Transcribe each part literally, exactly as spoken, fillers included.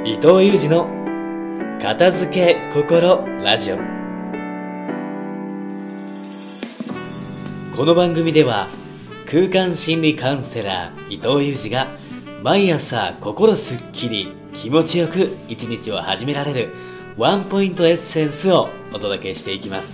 伊藤裕二の片付け心ラジオ。この番組では空間心理カウンセラー伊藤裕二が毎朝心すっきり気持ちよく一日を始められるワンポイントエッセンスをお届けしていきます。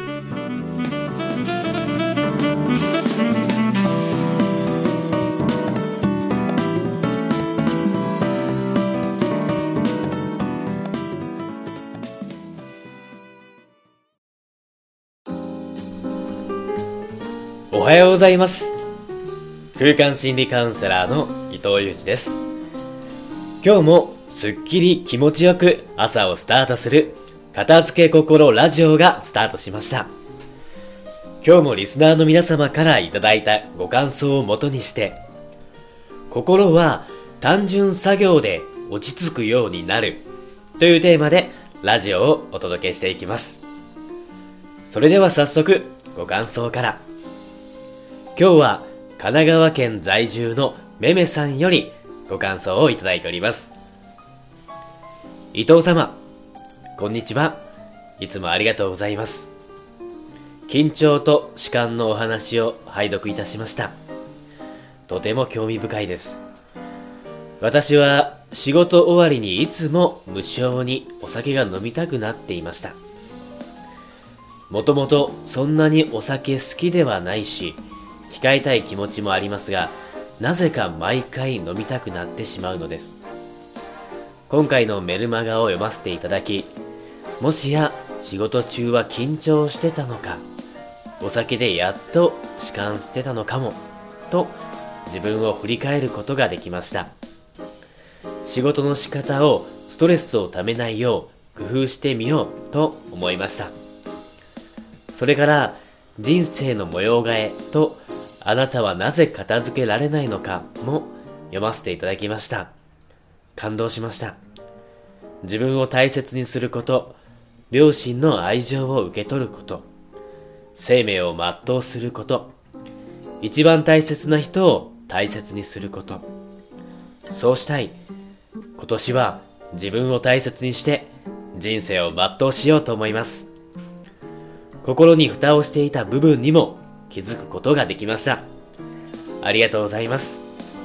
おはようございます。空間心理カウンセラーの伊藤裕二です。今日もすっきり気持ちよく朝をスタートする片付け心ラジオがスタートしました。今日もリスナーの皆様からいただいたご感想をもとにして、心は単純作業で落ち着くようになるというテーマでラジオをお届けしていきます。それでは早速ご感想から。今日は神奈川県在住のめめさんよりご感想をいただいております。伊藤様、こんにちは。いつもありがとうございます。緊張と弛緩のお話を拝読いたしました。とても興味深いです。私は仕事終わりにいつも無性にお酒が飲みたくなっていました。もともとそんなにお酒好きではないし、控えたい気持ちもありますが、なぜか毎回飲みたくなってしまうのです。今回のメルマガを読ませていただき、もしや仕事中は緊張してたのか、お酒でやっと弛緩してたのかも、と自分を振り返ることができました。仕事の仕方をストレスをためないよう工夫してみようと思いました。それから人生の模様替えとあなたはなぜ片付けられないのかも読ませていただきました。感動しました。自分を大切にすること、両親の愛情を受け取ること、生命を全うすること、一番大切な人を大切にすること。そうしたい。今年は自分を大切にして人生を全うしようと思います。心に蓋をしていた部分にも気づくことができました。ありがとうございます。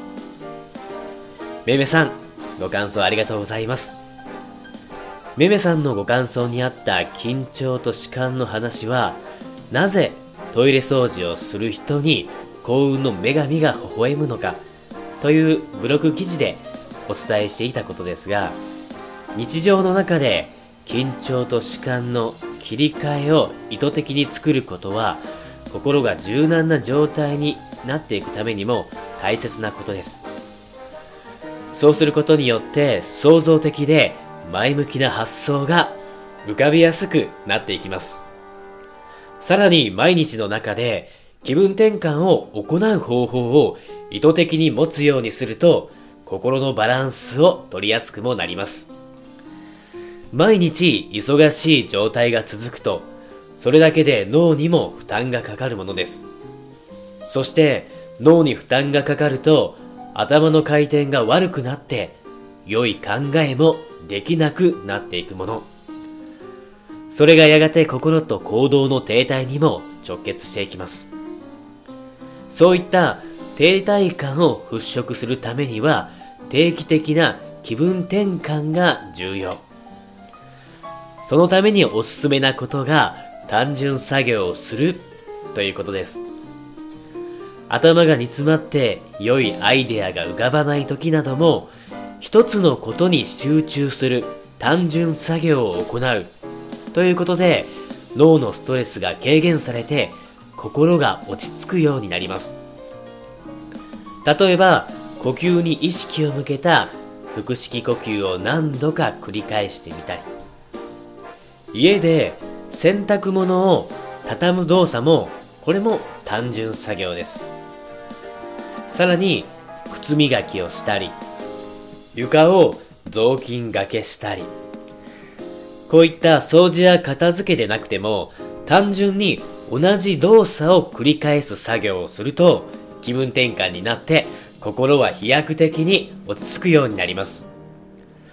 めめさん、ご感想ありがとうございます。めめさんのご感想にあった緊張と弛緩の話は、なぜトイレ掃除をする人に幸運の女神が微笑むのかというブログ記事でお伝えしていたことですが、日常の中で緊張と弛緩の切り替えを意図的に作ることは、心が柔軟な状態になっていくためにも大切なことです。そうすることによって創造的で前向きな発想が浮かびやすくなっていきます。さらに毎日の中で気分転換を行う方法を意図的に持つようにすると、心のバランスを取りやすくもなります。毎日忙しい状態が続くと、それだけで脳にも負担がかかるものです。そして脳に負担がかかると頭の回転が悪くなって良い考えもできなくなっていくもの。それがやがて心と行動の停滞にも直結していきます。そういった停滞感を払拭するためには定期的な気分転換が重要。そのためにおすすめなことが単純作業をするということです。頭が煮詰まって良いアイデアが浮かばない時なども、一つのことに集中する単純作業を行うということで、脳のストレスが軽減されて心が落ち着くようになります。例えば呼吸に意識を向けた腹式呼吸を何度か繰り返してみたり、家で洗濯物を畳む動作も、これも単純作業です。さらに靴磨きをしたり、床を雑巾がけしたり、こういった掃除や片付けでなくても、単純に同じ動作を繰り返す作業をすると気分転換になって心は飛躍的に落ち着くようになります。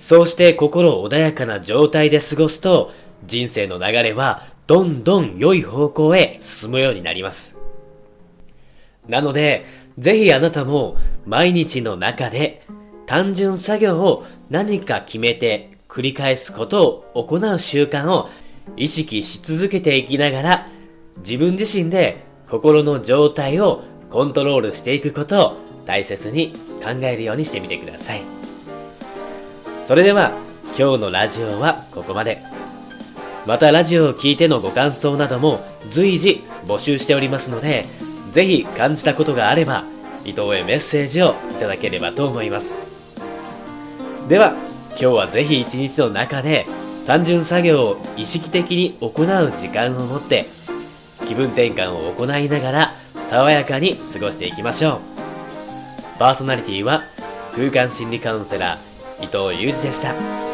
そうして心穏やかな状態で過ごすと、人生の流れはどんどん良い方向へ進むようになります。なので、ぜひあなたも毎日の中で単純作業を何か決めて繰り返すことを行う習慣を意識し続けていきながら、自分自身で心の状態をコントロールしていくことを大切に考えるようにしてみてください。それでは今日のラジオはここまで。またラジオを聞いてのご感想なども随時募集しておりますので、ぜひ感じたことがあれば伊藤へメッセージをいただければと思います。では今日はぜひ一日の中で単純作業を意識的に行う時間を持って気分転換を行いながら爽やかに過ごしていきましょう。パーソナリティは空間心理カウンセラー伊藤裕二でした。